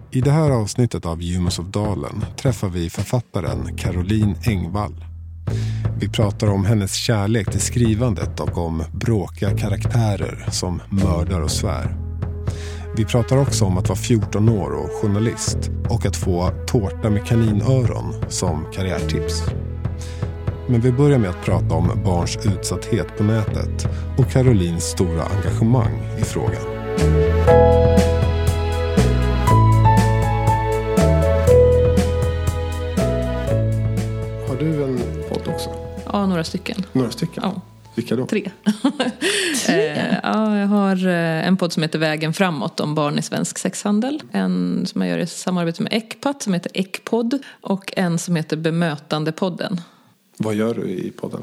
I det här avsnittet av Humans of Dalen träffar vi författaren Caroline Engvall. Vi pratar om hennes kärlek till skrivandet och om bråkiga karaktärer som mördar och svär. Vi pratar också om att vara 14 år och journalist och att få tårta med kaninöron som karriärtips. Men vi börjar med att prata om barns utsatthet på nätet och Carolines stora engagemang i frågan. Har du en podd också? Ja, några stycken. Några stycken? Ja. Vilka då? 3. Ja, jag har en podd som heter Vägen framåt om barn i svensk sexhandel. En som jag gör i samarbete med Ecpat som heter Ecpod. Och en som heter Bemötandepodden. Vad gör du i podden?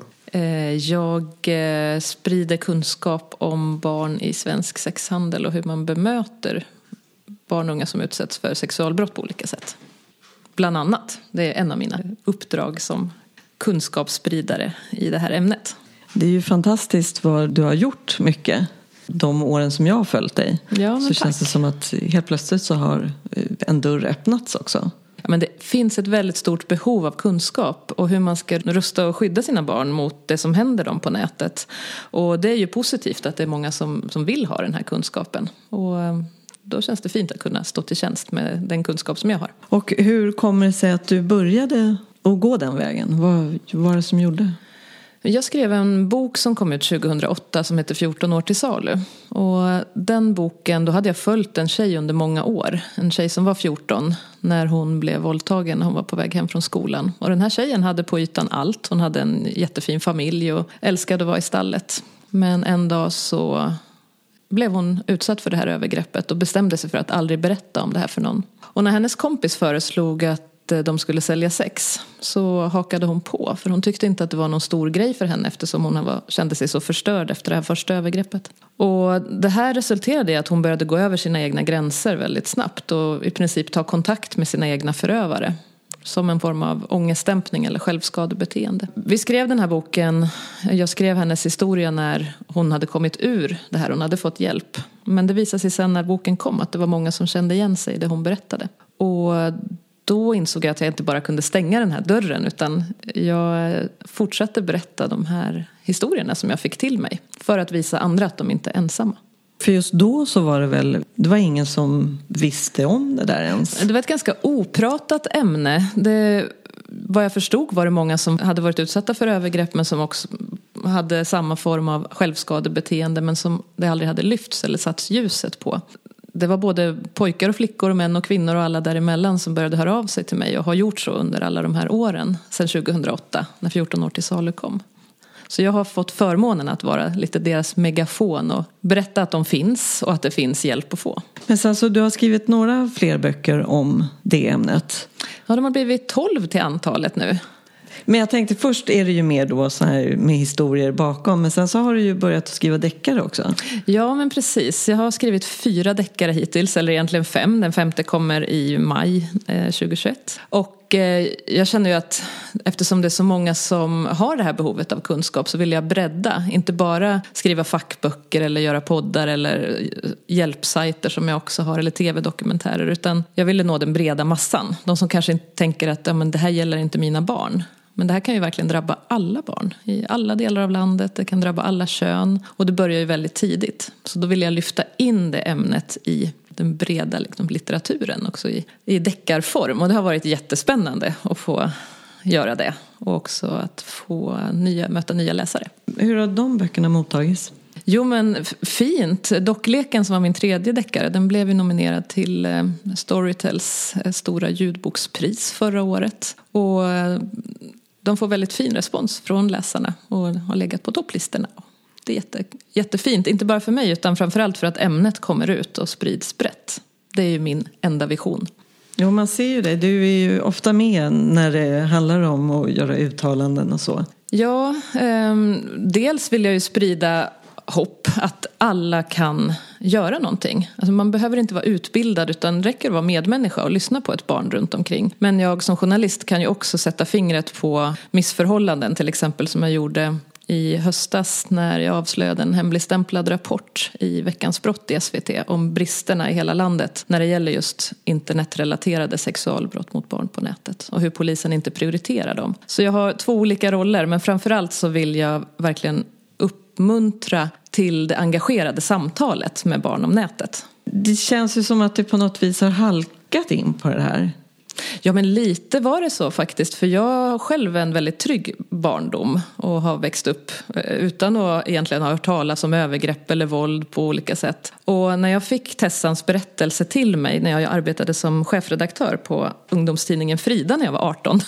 Jag sprider kunskap om barn i svensk sexhandel och hur man bemöter barn och unga som utsätts för sexualbrott på olika sätt. Bland annat. Det är en av mina uppdrag som kunskapsspridare i det här ämnet. Det är ju fantastiskt vad du har gjort mycket de åren som jag har följt dig. Ja, så tack. Känns det som att helt plötsligt så har en dörr öppnats också. Ja, men det finns ett väldigt stort behov av kunskap och hur man ska rusta och skydda sina barn mot det som händer dem på nätet. Och det är ju positivt att det är många som vill ha den här kunskapen. Och då känns det fint att kunna stå till tjänst med den kunskap som jag har. Och hur kommer det sig att du började att gå den vägen? Vad var det som gjorde? Jag skrev en bok som kom ut 2008 som heter 14 år till salu. Och den boken, då hade jag följt en tjej under många år. En tjej som var 14 när hon blev våldtagen när hon var på väg hem från skolan. Och den här tjejen hade på ytan allt. Hon hade en jättefin familj och älskade att vara i stallet. Men en dag så blev hon utsatt för det här övergreppet och bestämde sig för att aldrig berätta om det här för någon. Och när hennes kompis föreslog att de skulle sälja sex så hakade hon på, för hon tyckte inte att det var någon stor grej för henne eftersom hon kände sig så förstörd efter det här första övergreppet. Och det här resulterade i att hon började gå över sina egna gränser väldigt snabbt och i princip ta kontakt med sina egna förövare som en form av ångestdämpning eller självskadebeteende. Vi skrev den här boken, jag skrev hennes historia när hon hade kommit ur det här, hon hade fått hjälp. Men det visade sig sen när boken kom att det var många som kände igen sig i det hon berättade. Och då insåg jag att jag inte bara kunde stänga den här dörren utan jag fortsatte berätta de här historierna som jag fick till mig för att visa andra att de inte är ensamma. För just då så var det var ingen som visste om det där ens. Det var ett ganska opratat ämne. Vad jag förstod var det många som hade varit utsatta för övergrepp men som också hade samma form av självskadebeteende men som det aldrig hade lyfts eller satts ljuset på. Det var både pojkar och flickor och män och kvinnor och alla däremellan som började höra av sig till mig och har gjort så under alla de här åren sedan 2008 när 14 år till salu kom. Så jag har fått förmånen att vara lite deras megafon och berätta att de finns och att det finns hjälp att få. Men sen så du har skrivit några fler böcker om det ämnet. Ja, de har blivit 12 till antalet nu. Men jag tänkte först är det ju mer då så här med historier bakom. Men sen så har du ju börjat skriva deckare också. Ja, men precis. Jag har skrivit 4 deckare hittills, eller egentligen 5. Den 5:e kommer i maj 2021. Och jag känner ju att eftersom det är så många som har det här behovet av kunskap så vill jag bredda. Inte bara skriva fackböcker eller göra poddar eller hjälpsajter som jag också har eller tv-dokumentärer. Utan jag ville nå den breda massan. De som kanske inte tänker att men det här gäller inte mina barn. Men det här kan ju verkligen drabba alla barn i alla delar av landet. Det kan drabba alla kön och det börjar ju väldigt tidigt. Så då vill jag lyfta in det ämnet i den breda litteraturen också i deckarform. Och det har varit jättespännande att få göra det och också att få möta nya läsare. Hur har de böckerna mottagits? Jo, men fint. Dockleken som var min 3:e deckare, den blev ju nominerad till Storytels stora ljudbokspris förra året. Och de får väldigt fin respons från läsarna och har legat på topplistorna. Det är jättefint, inte bara för mig utan framförallt för att ämnet kommer ut och sprids brett. Det är ju min enda vision. Jo, man ser ju det. Du är ju ofta med när det handlar om att göra uttalanden och så. Ja, dels vill jag ju sprida hopp att alla kan göra någonting. Alltså man behöver inte vara utbildad utan räcker att vara medmänniska och lyssna på ett barn runt omkring. Men jag som journalist kan ju också sätta fingret på missförhållanden, till exempel som jag gjorde i höstas när jag avslöjade en hemligstämplad rapport i Veckans brott i SVT om bristerna i hela landet när det gäller just internetrelaterade sexualbrott mot barn på nätet och hur polisen inte prioriterar dem. Så jag har 2 olika roller, men framförallt så vill jag verkligen uppmuntra till det engagerade samtalet med barn om nätet. Det känns ju som att du på något vis har halkat in på det här. Ja, men lite var det så faktiskt. För jag själv är en väldigt trygg barndom och har växt upp utan att egentligen ha hört talas om övergrepp eller våld på olika sätt. Och när jag fick Tessans berättelse till mig när jag arbetade som chefredaktör på ungdomstidningen Frida när jag var 18.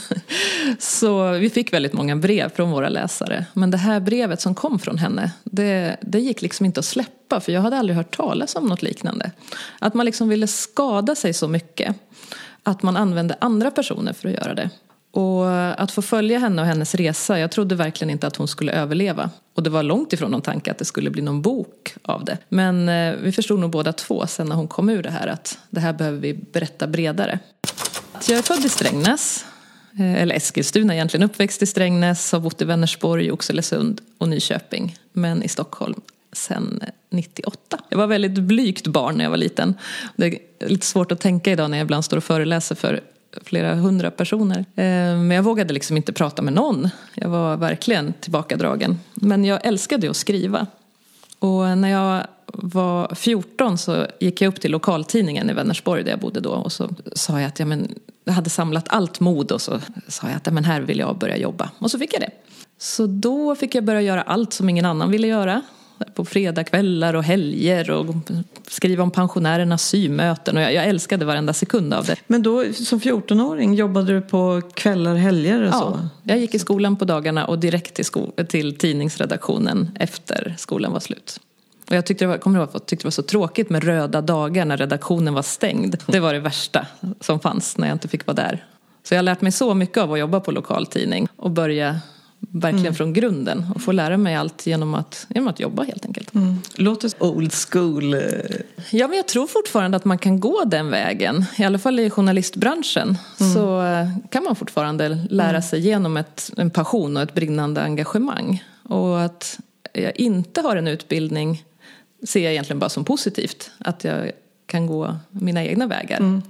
Så vi fick väldigt många brev från våra läsare. Men det här brevet som kom från henne, det gick liksom inte att släppa. För jag hade aldrig hört talas om något liknande. Att man liksom ville skada sig så mycket att man använde andra personer för att göra det. Och att få följa henne och hennes resa, jag trodde verkligen inte att hon skulle överleva. Och det var långt ifrån någon tanke att det skulle bli någon bok av det. Men vi förstod nog båda 2 sen när hon kom ur det här att det här behöver vi berätta bredare. Jag är född i Strängnäs, eller Eskilstuna egentligen, uppväxt i Strängnäs, har bott i Vänersborg, Oxelösund och Nyköping, men i Stockholm sen 98. Jag var väldigt blygt barn när jag var liten. Det är lite svårt att tänka idag när jag ibland står och föreläser för flera 100 personer. Men jag vågade liksom inte prata med någon. Jag var verkligen tillbakadragen. Men jag älskade ju att skriva. Och när jag var 14 så gick jag upp till lokaltidningen i Vänersborg där jag bodde då. Och så sa jag att jag hade samlat allt mod och så sa jag att men här vill jag börja jobba. Och så fick jag det. Så då fick jag börja göra allt som ingen annan ville göra. På fredagskvällar och helger och skriva om pensionärernas symöten. Och jag älskade varenda sekund av det. Men då som 14-åring jobbade du på kvällar, helger och så? Ja, jag gick i skolan på dagarna och direkt till tidningsredaktionen efter skolan var slut. Och jag tyckte det var så tråkigt med röda dagar när redaktionen var stängd. Det var det värsta som fanns när jag inte fick vara där. Så jag har lärt mig så mycket av att jobba på lokaltidning och börja verkligen från grunden och få lära mig allt genom att jobba helt enkelt. Låter old school. Ja, men jag tror fortfarande att man kan gå den vägen. I alla fall i journalistbranschen så kan man fortfarande lära sig genom en passion och ett brinnande engagemang. Och att jag inte har en utbildning ser jag egentligen bara som positivt. Att jag kan gå mina egna vägar.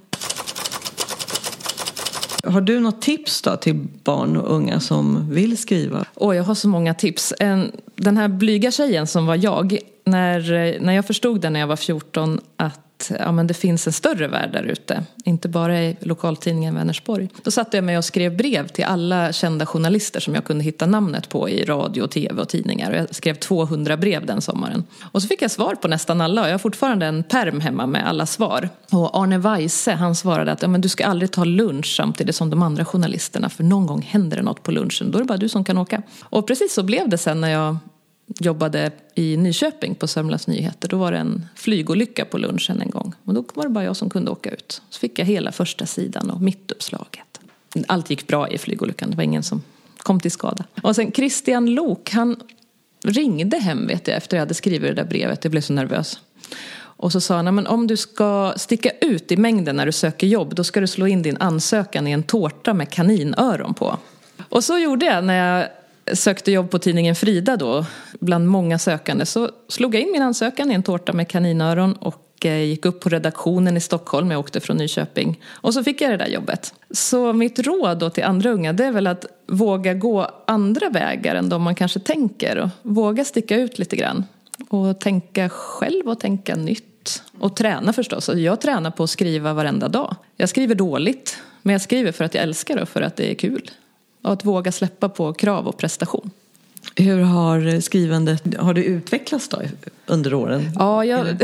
Har du något tips då till barn och unga som vill skriva? Jag har så många tips. Den här blyga tjejen som var jag, när jag förstod det när jag var 14 att det finns en större värld där ute. Inte bara i lokaltidningen Vänersborg. Då satte jag mig och skrev brev till alla kända journalister som jag kunde hitta namnet på i radio, tv och tidningar. Och jag skrev 200 brev den sommaren. Och så fick jag svar på nästan alla. Och jag har fortfarande en perm hemma med alla svar. Och Arne Weise, han svarade att du ska aldrig ta lunch samtidigt som de andra journalisterna. För någon gång händer det något på lunchen. Då är det bara du som kan åka. Och precis så blev det sen när jag jobbade i Nyköping på Sörmlands Nyheter. Då var det en flygolycka på lunchen en gång. Och då var det bara jag som kunde åka ut. Så fick jag hela första sidan och mittuppslaget. Allt gick bra i flygolyckan. Det var ingen som kom till skada. Och sen Christian Lok, han ringde hem vet jag efter jag hade skrivit det där brevet. Jag blev så nervös. Och så sa han, men om du ska sticka ut i mängden när du söker jobb, då ska du slå in din ansökan i en tårta med kaninöron på. Och så gjorde jag när jag sökte jobb på tidningen Frida då, bland många sökande, så slog jag in min ansökan i en tårta med kaninöron och gick upp på redaktionen i Stockholm. Jag åkte från Nyköping och så fick jag det där jobbet. Så mitt råd då till andra unga, det är väl att våga gå andra vägar än de man kanske tänker och våga sticka ut lite grann och tänka själv och tänka nytt och träna förstås. Jag tränar på att skriva varenda dag. Jag skriver dåligt, men jag skriver för att jag älskar det och för att det är kul. Och att våga släppa på krav och prestation. Hur har skrivandet, har det utvecklats då under åren? Ja,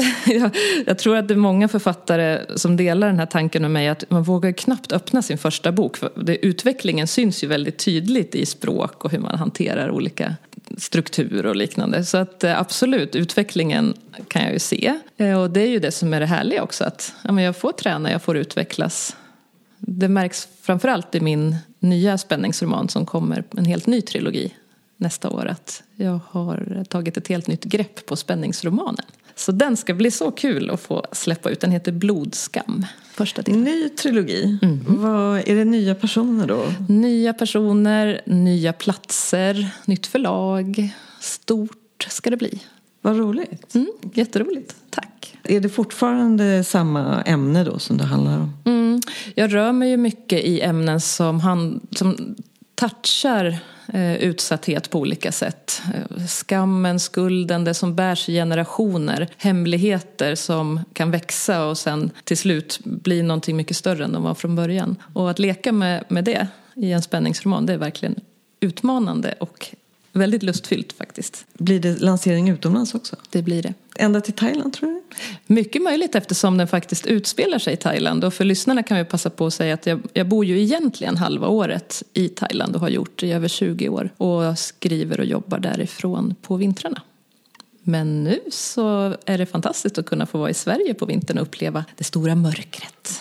jag tror att det är många författare som delar den här tanken med mig att man vågar knappt öppna sin första bok. För utvecklingen syns ju väldigt tydligt i språk och hur man hanterar olika strukturer och liknande. Så att absolut, utvecklingen kan jag ju se. Och det är ju det som är det härliga också. Att jag får träna, jag får utvecklas. Det märks framförallt i min nya spänningsroman som kommer, en helt ny trilogi nästa år, att jag har tagit ett helt nytt grepp på spänningsromanen. Så den ska bli så kul att få släppa ut. Den heter Blodskam. Första delen. Ny trilogi. Är det nya personer då? Nya personer, nya platser, nytt förlag. Stort ska det bli. Vad roligt. Jätteroligt. Tack. Är det fortfarande samma ämne då som det handlar om? Jag rör mig ju mycket i ämnen som touchar utsatthet på olika sätt. Skammen, skulden, det som bärs i generationer. Hemligheter som kan växa och sen till slut bli någonting mycket större än de var från början. Och att leka med det i en spänningsroman, det är verkligen utmanande och väldigt lustfyllt faktiskt. Blir det lansering utomlands också? Det blir det. Ända till Thailand tror du? Mycket möjligt eftersom den faktiskt utspelar sig i Thailand. Och för lyssnarna kan vi passa på att säga att jag bor ju egentligen halva året i Thailand och har gjort det i över 20 år. Och skriver och jobbar därifrån på vintrarna. Men nu så är det fantastiskt att kunna få vara i Sverige på vintern och uppleva det stora mörkret.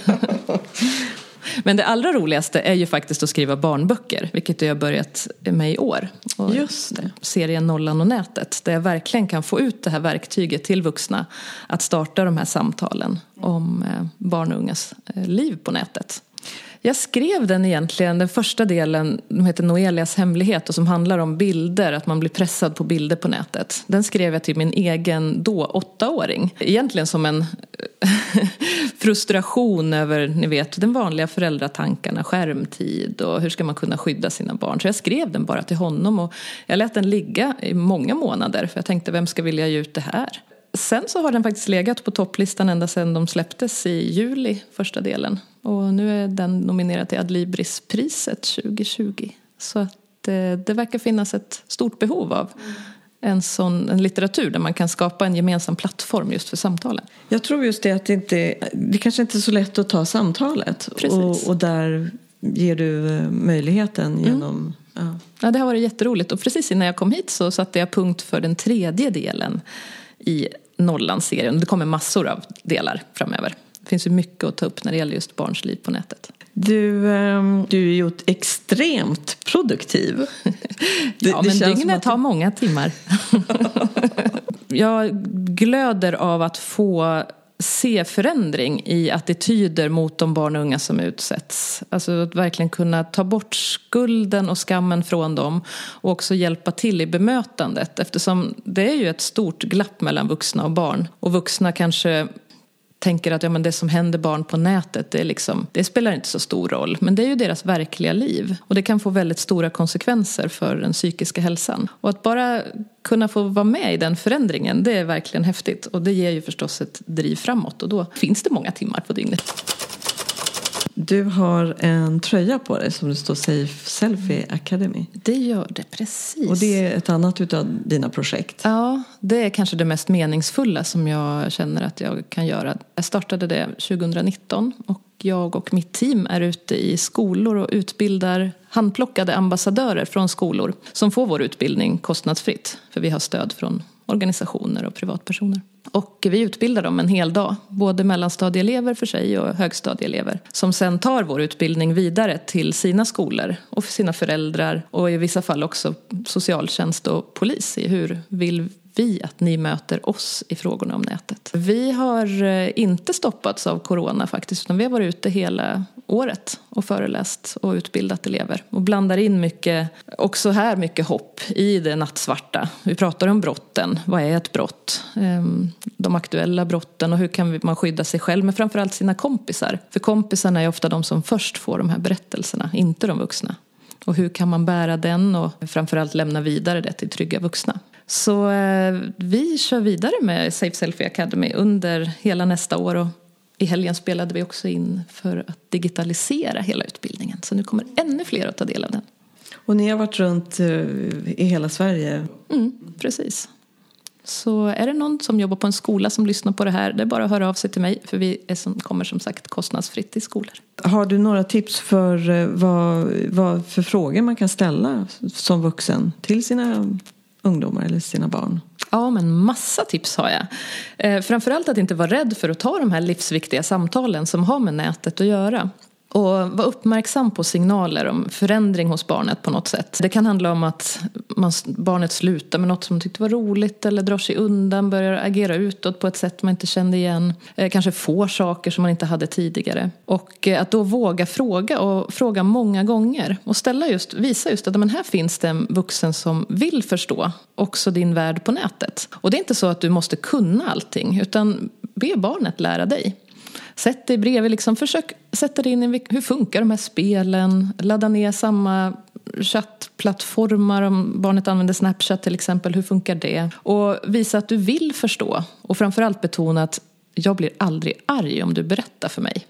Men det allra roligaste är ju faktiskt att skriva barnböcker, vilket jag har börjat med i år. Och just det. Serien Nollan och nätet, där jag verkligen kan få ut det här verktyget till vuxna att starta de här samtalen om barn och ungas liv på nätet. Jag skrev den första delen, den heter Noelias hemlighet och som handlar om bilder, att man blir pressad på bilder på nätet. Den skrev jag till min egen då 8-åring. Egentligen som en frustration över, ni vet, den vanliga föräldratankarna, skärmtid och hur ska man kunna skydda sina barn. Så jag skrev den bara till honom och jag lät den ligga i många månader för jag tänkte, vem ska vilja ge ut det här? Sen så har den faktiskt legat på topplistan ända sedan de släpptes i juli, första delen. Och nu är den nominerad till Adlibrispriset 2020. Så att det verkar finnas ett stort behov av en litteratur där man kan skapa en gemensam plattform just för samtalen. Jag tror just det att det kanske inte är så lätt att ta samtalet. Och där ger du möjligheten genom... Ja, det har varit jätteroligt. Och precis innan jag kom hit så satte jag punkt för den 3:e delen i Nollan-serien. Det kommer massor av delar framöver. Det finns ju mycket att ta upp när det gäller just barns liv på nätet. Du är ju extremt produktiv. Men dygnet tar många timmar. Jag glöder av att få se förändring i attityder mot de barn och unga som utsätts. Alltså att verkligen kunna ta bort skulden och skammen från dem och också hjälpa till i bemötandet. Eftersom det är ju ett stort glapp mellan vuxna och barn. Och vuxna kanske tänker att men det som händer barn på nätet det spelar inte så stor roll. Men det är ju deras verkliga liv. Och det kan få väldigt stora konsekvenser för den psykiska hälsan. Och att bara kunna få vara med i den förändringen, det är verkligen häftigt. Och det ger ju förstås ett driv framåt. Och då finns det många timmar på dygnet. Du har en tröja på dig som det står Safe Selfie Academy. Det gör det, precis. Och det är ett annat utav dina projekt. Ja, det är kanske det mest meningsfulla som jag känner att jag kan göra. Jag startade det 2019 och jag och mitt team är ute i skolor och utbildar handplockade ambassadörer från skolor som får vår utbildning kostnadsfritt. För vi har stöd från organisationer och privatpersoner. Och vi utbildar dem en hel dag, både mellanstadieelever för sig och högstadieelever. Som sen tar vår utbildning vidare till sina skolor och för sina föräldrar. Och i vissa fall också socialtjänst och polis i hur vill vi att ni möter oss i frågorna om nätet. Vi har inte stoppats av corona faktiskt, utan vi har varit ute hela året och föreläst och utbildat elever. Och blandar in mycket, också här mycket hopp i det nattsvarta. Vi pratar om brotten. Vad är ett brott? De aktuella brotten och hur kan man skydda sig själv, men framförallt sina kompisar. För kompisarna är ofta de som först får de här berättelserna, inte de vuxna. Och hur kan man bära den och framförallt lämna vidare det till trygga vuxna. Så vi kör vidare med Safe Selfie Academy under hela nästa år och i helgen spelade vi också in för att digitalisera hela utbildningen. Så nu kommer ännu fler att ta del av den. Och ni har varit runt i hela Sverige? Precis. Så är det någon som jobbar på en skola som lyssnar på det här, det är bara att höra av sig till mig. För vi kommer som sagt kostnadsfritt till skolor. Har du några tips för vad för frågor man kan ställa som vuxen till sina ungdomar eller sina barn? Ja, men massa tips har jag. Framförallt att inte vara rädd för att ta de här livsviktiga samtalen som har med nätet att göra. Och vara uppmärksam på signaler om förändring hos barnet på något sätt. Det kan handla om att barnet slutar med något som man tyckte var roligt eller drar sig undan, börjar agera utåt på ett sätt man inte kände igen. Kanske får saker som man inte hade tidigare. Och att då våga fråga och fråga många gånger och visa just att men här finns det en vuxen som vill förstå också din värld på nätet. Och det är inte så att du måste kunna allting, utan be barnet lära dig. Sätt dig bredvid, försök sätta dig in i hur funkar de här spelen. Ladda ner samma chattplattformar, om barnet använder Snapchat till exempel, hur funkar det? Och visa att du vill förstå. Och framförallt betona att jag blir aldrig arg om du berättar för mig.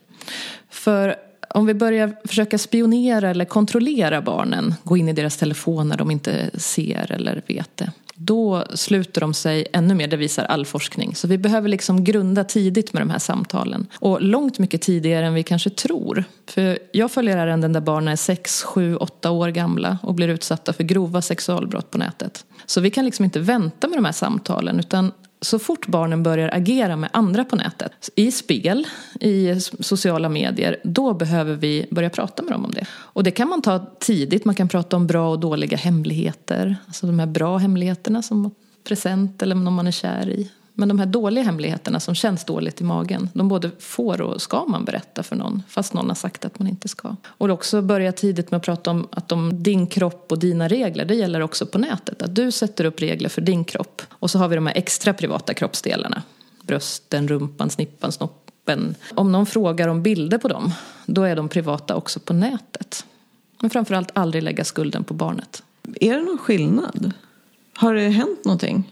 För om vi börjar försöka spionera eller kontrollera barnen, gå in i deras telefoner de inte ser eller vet det, då sluter de sig ännu mer, det visar all forskning. Så vi behöver grunda tidigt med de här samtalen. Och långt mycket tidigare än vi kanske tror. För jag följer ärenden där barnen är 6, 7, 8 år gamla och blir utsatta för grova sexualbrott på nätet. Så vi kan inte vänta med de här samtalen, utan så fort barnen börjar agera med andra på nätet, i spel, i sociala medier, då behöver vi börja prata med dem om det. Och det kan man ta tidigt, man kan prata om bra och dåliga hemligheter. Alltså de här bra hemligheterna som present eller någon man är kär i. Men de här dåliga hemligheterna som känns dåligt i magen, de både får och ska man berätta för någon, fast någon har sagt att man inte ska. Och också börja tidigt med att prata om att din kropp och dina regler, det gäller också på nätet. Att du sätter upp regler för din kropp. Och så har vi de här extra privata kroppsdelarna. Brösten, rumpan, snippan, snoppen. Om någon frågar om bilder på dem, då är de privata också på nätet. Men framförallt aldrig lägga skulden på barnet. Är det någon skillnad? Har det hänt någonting?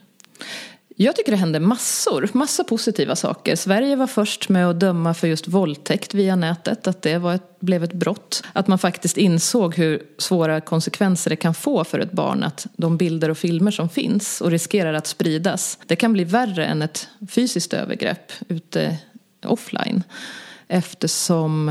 Jag tycker det hände massa positiva saker. Sverige var först med att döma för just våldtäkt via nätet. Att det blev ett brott. Att man faktiskt insåg hur svåra konsekvenser det kan få för ett barn. Att de bilder och filmer som finns och riskerar att spridas, det kan bli värre än ett fysiskt övergrepp ute offline. Eftersom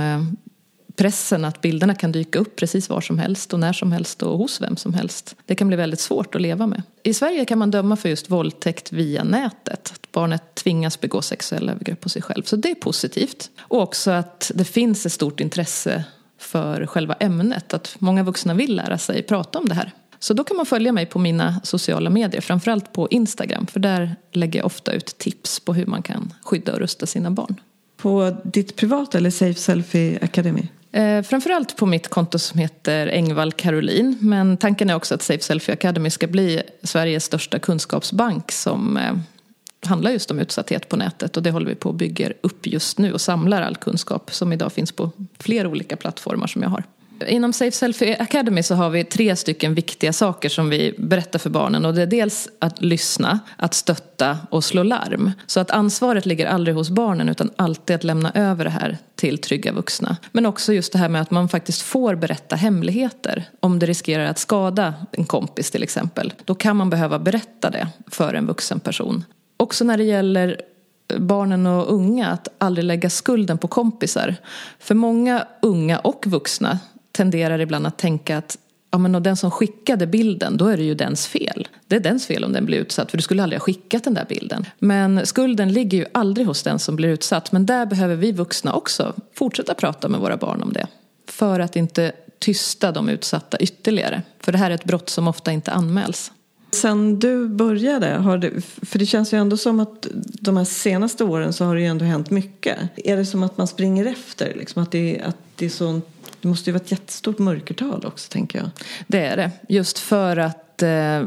pressen att bilderna kan dyka upp precis var som helst och när som helst och hos vem som helst. Det kan bli väldigt svårt att leva med. I Sverige kan man döma för just våldtäkt via nätet. Att barnet tvingas begå sexuella övergrepp på sig själv. Så det är positivt. Och också att det finns ett stort intresse för själva ämnet. Att många vuxna vill lära sig prata om det här. Så då kan man följa mig på mina sociala medier. Framförallt på Instagram. För där lägger jag ofta ut tips på hur man kan skydda och rusta sina barn. På ditt privata eller Safe Selfie Academy? Framförallt på mitt konto som heter Engvall Caroline. Men tanken är också att Safe Selfie Academy ska bli Sveriges största kunskapsbank som handlar just om utsatthet på nätet. Och det håller vi på att bygga upp just nu och samlar all kunskap som idag finns på flera olika plattformar som jag har. Inom Safe Selfie Academy så har vi 3 stycken viktiga saker som vi berättar för barnen. Och det är dels att lyssna, att stötta och slå larm. Så att ansvaret ligger aldrig hos barnen utan alltid att lämna över det här till trygga vuxna. Men också just det här med att man faktiskt får berätta hemligheter. Om det riskerar att skada en kompis till exempel. Då kan man behöva berätta det för en vuxen person. Också när det gäller barnen och unga att aldrig lägga skulden på kompisar. För många unga och vuxna tenderar ibland att tänka att och den som skickade bilden, då är det ju dens fel. Det är dens fel om den blir utsatt, för du skulle aldrig ha skickat den där bilden. Men skulden ligger ju aldrig hos den som blir utsatt. Men där behöver vi vuxna också fortsätta prata med våra barn om det. För att inte tysta de utsatta ytterligare. För det här är ett brott som ofta inte anmäls. Sen du började, för det känns ju ändå som att de här senaste åren så har det ju ändå hänt mycket. Är det som att man springer efter? Att det är sånt. Det måste ju vara ett jättestort mörkertal också, tänker jag. Det är det. Just för att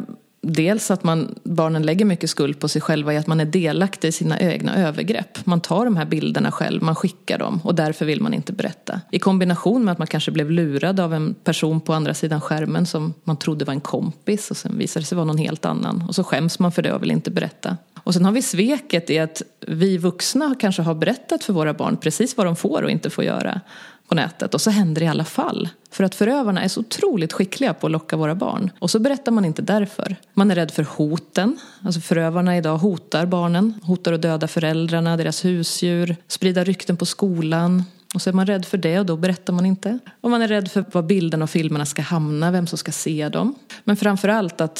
dels att barnen lägger mycket skuld på sig själva i att man är delaktig i sina egna övergrepp. Man tar de här bilderna själv, man skickar dem och därför vill man inte berätta. I kombination med att man kanske blev lurad av en person på andra sidan skärmen som man trodde var en kompis och sen visade det sig vara någon helt annan. Och så skäms man för det och vill inte berätta. Och sen har vi sveket i att vi vuxna kanske har berättat för våra barn precis vad de får och inte får göra på nätet. Och så händer det i alla fall. För att förövarna är så otroligt skickliga på att locka våra barn. Och så berättar man inte därför. Man är rädd för hoten. Alltså förövarna idag hotar barnen. Hotar att döda föräldrarna, deras husdjur. Sprida rykten på skolan. Och så är man rädd för det och då berättar man inte. Och man är rädd för var bilderna och filmerna ska hamna. Vem som ska se dem. Men framförallt att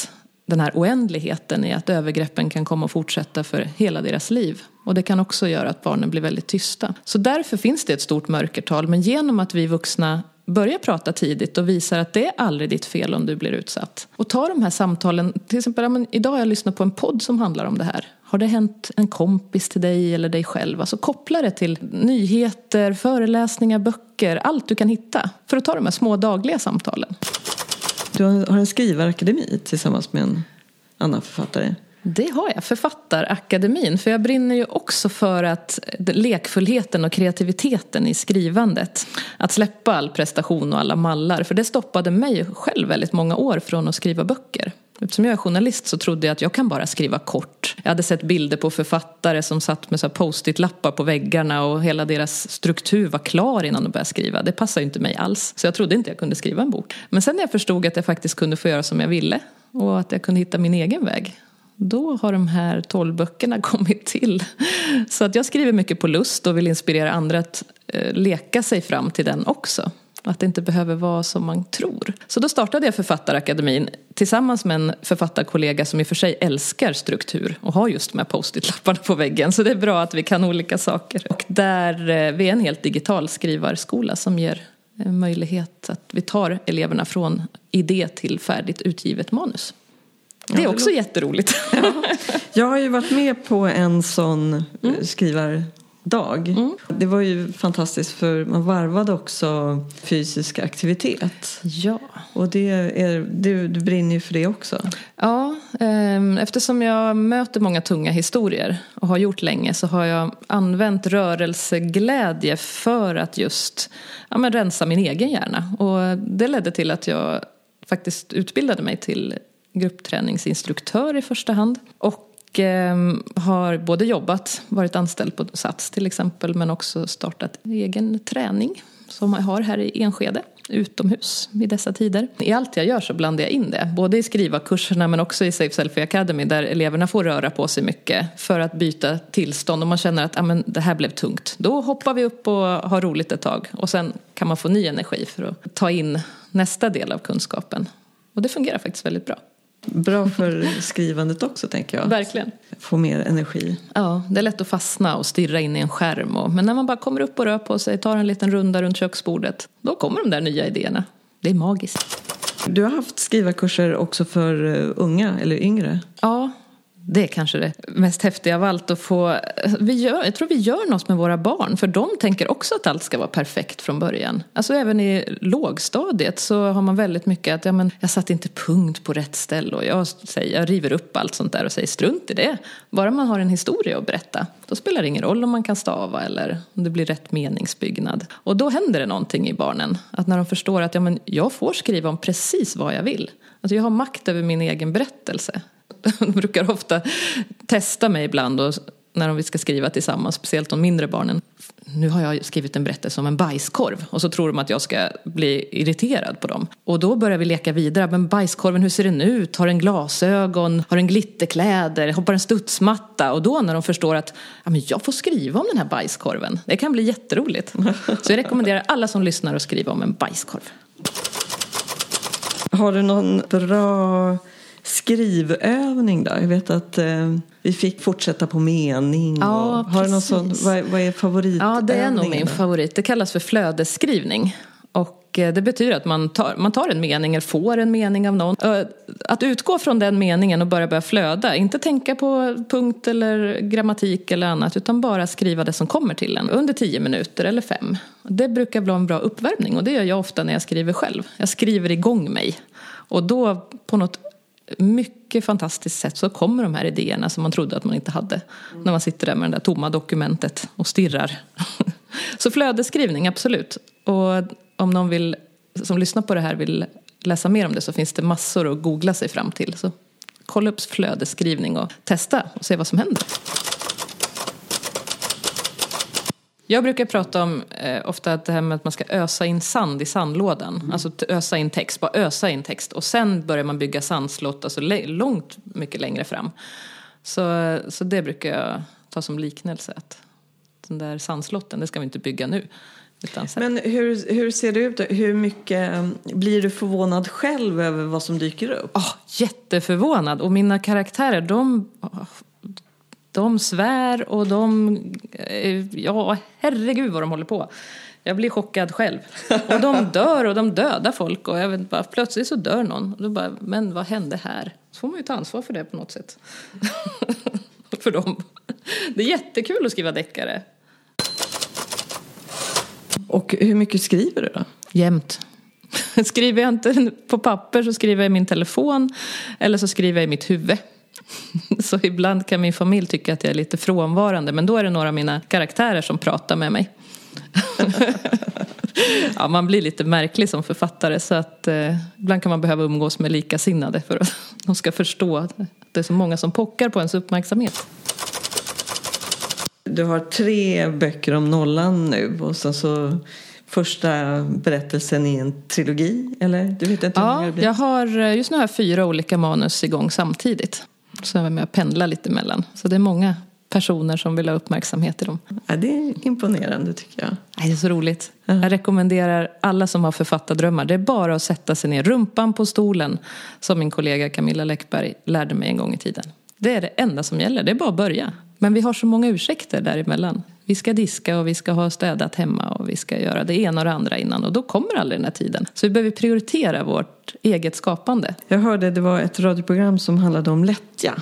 den här oändligheten i att övergreppen kan komma och fortsätta för hela deras liv. Och det kan också göra att barnen blir väldigt tysta. Så därför finns det ett stort mörkertal. Men genom att vi vuxna börjar prata tidigt och visar att det är aldrig ditt fel om du blir utsatt. Och ta de här samtalen, till exempel idag har jag lyssnat på en podd som handlar om det här. Har det hänt en kompis till dig eller dig själv? Alltså koppla det till nyheter, föreläsningar, böcker, allt du kan hitta. För att ta de här små dagliga samtalen. Du har en skrivarakademi tillsammans med en annan författare. Det har jag, Författarakademin. För jag brinner ju också för att lekfullheten och kreativiteten i skrivandet. Att släppa all prestation och alla mallar. För det stoppade mig själv väldigt många år från att skriva böcker. Eftersom jag är journalist så trodde jag att jag kan bara skriva kort. Jag hade sett bilder på författare som satt med så här post-it-lappar på väggarna och hela deras struktur var klar innan de började skriva. Det passar ju inte mig alls. Så jag trodde inte jag kunde skriva en bok. Men sen när jag förstod att jag faktiskt kunde få göra som jag ville och att jag kunde hitta min egen väg, då har de här 12 böckerna kommit till. Så att jag skriver mycket på lust och vill inspirera andra att leka sig fram till den också. Att det inte behöver vara som man tror. Så då startade jag Författarakademin tillsammans med en författarkollega som i och för sig älskar struktur och har just de här post-it-lapparna på väggen. Så det är bra att vi kan olika saker. Och där vi är en helt digital skrivarskola som ger möjlighet att vi tar eleverna från idé till färdigt utgivet manus. Det är också jätteroligt. Ja. Jag har ju varit med på en sån skrivardag. Det var ju fantastiskt för man varvade också fysisk aktivitet. Ja. Och du brinner ju för det också. Ja, eftersom jag möter många tunga historier och har gjort länge så har jag använt rörelseglädje för att just rensa min egen hjärna. Och det ledde till att jag faktiskt utbildade mig till gruppträningsinstruktör i första hand. Och har både varit anställd på Sats till exempel, men också startat egen träning som jag har här i Enskede, utomhus i dessa tider. I allt jag gör så blandar jag in det, både i skrivarkurserna men också i Safe Selfie Academy där eleverna får röra på sig mycket för att byta tillstånd. Om man känner att det här blev tungt, då hoppar vi upp och har roligt ett tag och sen kan man få ny energi för att ta in nästa del av kunskapen. Och det fungerar faktiskt väldigt bra. Bra för skrivandet också, tänker jag. Verkligen. Få mer energi. Ja, det är lätt att fastna och stirra in i en skärm. Men när man bara kommer upp och rör på sig, tar en liten runda runt köksbordet, då kommer de där nya idéerna. Det är magiskt. Du har haft skrivarkurser också för unga eller yngre? Ja, det är kanske det mest häftiga av allt att få. Jag tror vi gör något med våra barn. För de tänker också att allt ska vara perfekt från början. Alltså även i lågstadiet så har man väldigt mycket att jag satt inte punkt på rätt ställe. Och jag river upp allt sånt där och säger strunt i det. Bara man har en historia att berätta. Då spelar det ingen roll om man kan stava eller om det blir rätt meningsbyggnad. Och då händer det någonting i barnen. Att när de förstår att jag får skriva om precis vad jag vill. Alltså jag har makt över min egen berättelse. De brukar ofta testa mig ibland och när vi ska skriva tillsammans, speciellt de mindre barnen. Nu har jag skrivit en berättelse om en bajskorv och så tror de att jag ska bli irriterad på dem. Och då börjar vi leka vidare. Men bajskorven, hur ser den ut? Har den glasögon? Har den glitterkläder? Hoppar en studsmatta? Och då när de förstår att jag får skriva om den här bajskorven. Det kan bli jätteroligt. Så jag rekommenderar alla som lyssnar att skriva om en bajskorv. Har du någon bra skrivövning då? Jag vet att vi fick fortsätta på mening. Ja, har du någon sån, vad är favoritövningen? Ja, det är nog min favorit. Det kallas för flödesskrivning. Och det betyder att man tar en mening eller får en mening av någon. Att utgå från den meningen och börja flöda. Inte tänka på punkt eller grammatik eller annat. Utan bara skriva det som kommer till en. Under 10 minuter eller 5. Det brukar bli en bra uppvärmning. Och det gör jag ofta när jag skriver själv. Jag skriver igång mig. Och då på något mycket fantastiskt sätt så kommer de här idéerna som man trodde att man inte hade. När man sitter där med det där tomma dokumentet och stirrar. Så flödesskrivning, absolut. Och om någon som lyssnar på det här vill läsa mer om det så finns det massor att googla sig fram till. Så kolla upp flödesskrivning och testa och se vad som händer. Jag brukar prata om ofta att det här med att man ska ösa in sand i sandlådan. Alltså ösa in text, bara ösa in text. Och sen börjar man bygga sandslott, alltså långt mycket längre fram. Så det brukar jag ta som liknelse. Att den där sandslotten, det ska vi inte bygga nu. Men hur ser det ut? Hur mycket blir du förvånad själv över vad som dyker upp? Jätteförvånad. Och mina karaktärer, de svär och herregud vad de håller på. Jag blir chockad själv. Och de dör och de dödar folk. Och jag vet bara, plötsligt så dör någon. Och då bara, men vad hände här? Så får man ju ta ansvar för det på något sätt. För dem. Det är jättekul att skriva deckare. Och hur mycket skriver du då? Jämt. Skriver jag inte på papper så skriver jag i min telefon. Eller så skriver jag i mitt huvud. Så ibland kan min familj tycka att jag är lite frånvarande. Men då är det några av mina karaktärer som pratar med mig. Ja, man blir lite märklig som författare. Så att ibland kan man behöva umgås med likasinnade. För att de ska förstå att det är så många som pockar på ens uppmärksamhet. Du har 3 böcker om nollan nu. Och så första berättelsen i en trilogi, eller? Du vet inte hur många det blir. Just nu har jag 4 olika manus igång samtidigt. Så jag är med att pendla lite emellan. Så det är många personer som vill ha uppmärksamhet i dem. Ja, det är imponerande tycker jag. Det är så roligt. Jag rekommenderar alla som har författardrömmar. Det är bara att sätta sig ner, rumpan på stolen, som min kollega Camilla Läckberg lärde mig en gång i tiden. Det är det enda som gäller. Det är bara att börja. Men vi har så många ursäkter däremellan. Vi ska diska och vi ska ha städat hemma och vi ska göra det ena och det andra innan. Och då kommer aldrig den här tiden. Så vi behöver prioritera vårt eget skapande. Jag hörde det var ett radioprogram som handlade om lättja.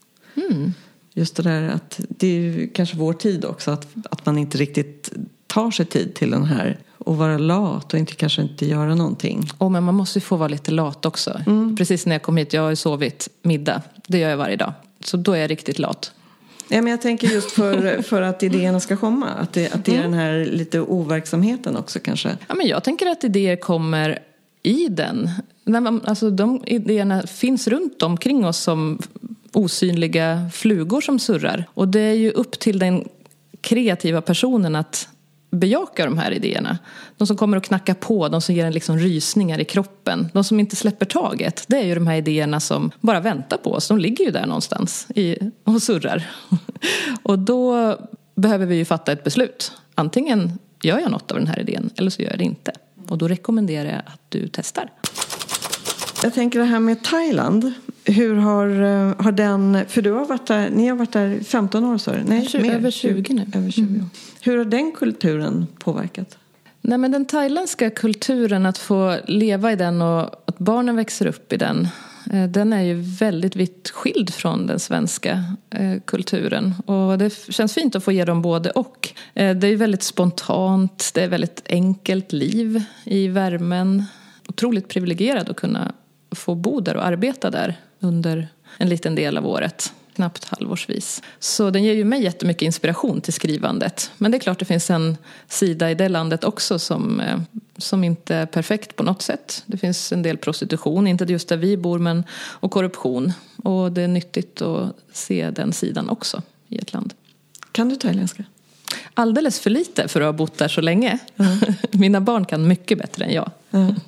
Just det där att det är ju kanske vår tid också. Att man inte riktigt tar sig tid till den här. Och vara lat och kanske inte göra någonting. Men man måste ju få vara lite lat också. Precis när jag kom hit, jag har ju sovit middag. Det gör jag varje dag. Så då är jag riktigt lat. Ja, men jag tänker just för att idéerna ska komma. Att det är den här lite overksamheten också kanske. Ja, men jag tänker att idéer kommer i den. Alltså de idéerna finns runt omkring oss som osynliga flugor som surrar. Och det är ju upp till den kreativa personen att bejaka de här idéerna. De som kommer att knacka på, de som ger en liksom rysningar i kroppen. De som inte släpper taget, det är ju de här idéerna som bara väntar på oss. De ligger ju där någonstans och surrar. Och då behöver vi ju fatta ett beslut. Antingen gör jag något av den här idén eller så gör jag det inte. Och då rekommenderar jag att du testar. Jag tänker det här med Thailand. Hur har den... För du har varit där... Ni har varit där 15 år, så. Nej, över 20 nu. Över 20 år. Hur har den kulturen påverkat? Nej, men den thailändska kulturen, att få leva i den och att barnen växer upp i den. Den är ju väldigt vitt skild från den svenska kulturen. Och det känns fint att få ge dem både och. Det är väldigt spontant, det är väldigt enkelt liv i värmen. Otroligt privilegierad att kunna få bo där och arbeta där under en liten del av året. Knappt halvårsvis. Så den ger ju mig jättemycket inspiration till skrivandet. Men det är klart det finns en sida i det landet också som inte är perfekt på något sätt. Det finns en del prostitution, inte just där vi bor, men och korruption. Och det är nyttigt att se den sidan också i ett land. Kan du thailändska? Alldeles för lite för att ha bott där så länge. Mina barn kan mycket bättre än jag.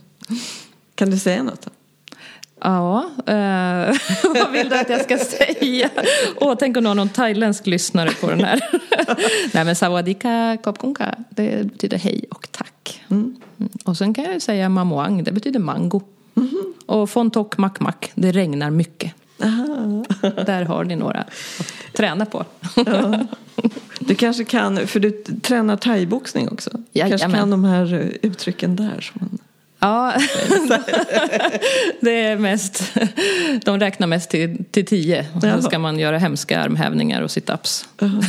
Kan du säga något då? Ja, vad vill du att jag ska säga? Tänk om någon thailändsk lyssnare på den här. Nej, men sawadika kopkunka, det betyder hej och tack. Och sen kan jag ju säga mamoang, det betyder mango. Och fontok mak, det regnar mycket. Där har ni några att träna på. Du kanske kan, för du tränar thaiboxning också. Kanske kan de här uttrycken där som man... Ja, det är mest, de räknar mest till 10. Och så ska man göra hemska armhävningar och sit-ups.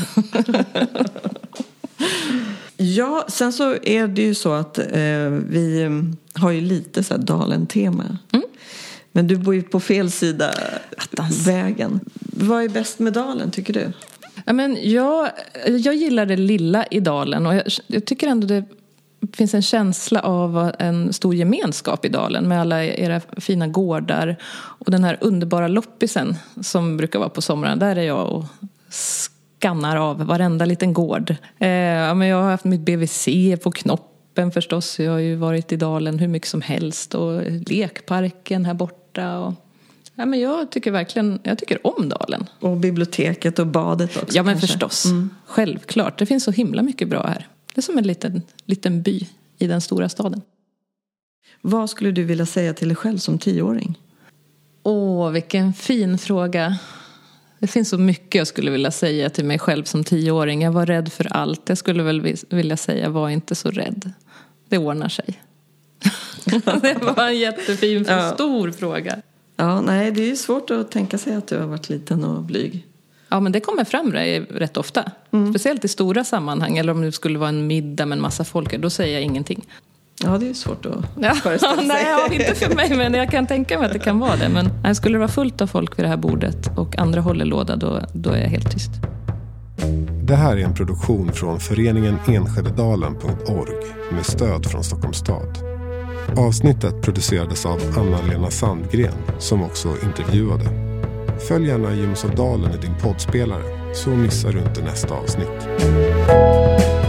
Ja, sen så är det ju så att vi har ju lite så här Dalen-tema. Men du bor ju på fel sida vägen. Vad är bäst med Dalen, tycker du? Ja, men jag gillar det lilla i Dalen. Och jag tycker ändå det finns en känsla av en stor gemenskap i Dalen med alla era fina gårdar och den här underbara loppisen som brukar vara på somrarna. Där är jag och skannar av varenda liten gård. Men jag har haft mitt BVC på Knoppen förstås. Jag har ju varit i Dalen hur mycket som helst och lekparken här borta. Och Ja, men jag tycker om Dalen. Och biblioteket och badet också. Ja, men kanske. förstås. Självklart. Det finns så himla mycket bra här. Det är som en liten by i den stora staden. Vad skulle du vilja säga till dig själv som 10-åring? Vilken fin fråga. Det finns så mycket jag skulle vilja säga till mig själv som 10-åring. Jag var rädd för allt. Jag skulle väl vilja säga, var inte så rädd. Det ordnar sig. Det var en jättefin, stor fråga. Ja, nej, det är ju svårt att tänka sig att du har varit liten och blyg. Ja, men det kommer fram rätt ofta. Speciellt i stora sammanhang. Eller om det skulle vara en middag med en massa folk. Då säger jag ingenting. Ja, det är svårt att föreställa sig. Nej, inte för mig, men jag kan tänka mig att det kan vara det. Men skulle det vara fullt av folk vid det här bordet och andra håller låda, då är jag helt tyst. Det här är en produktion från föreningen Enskededalen.org med stöd från Stockholms stad. Avsnittet producerades av Anna-Lena Sandgren som också intervjuade. Följ gärna Ljums av Dalen i din poddspelare så missar du inte nästa avsnitt.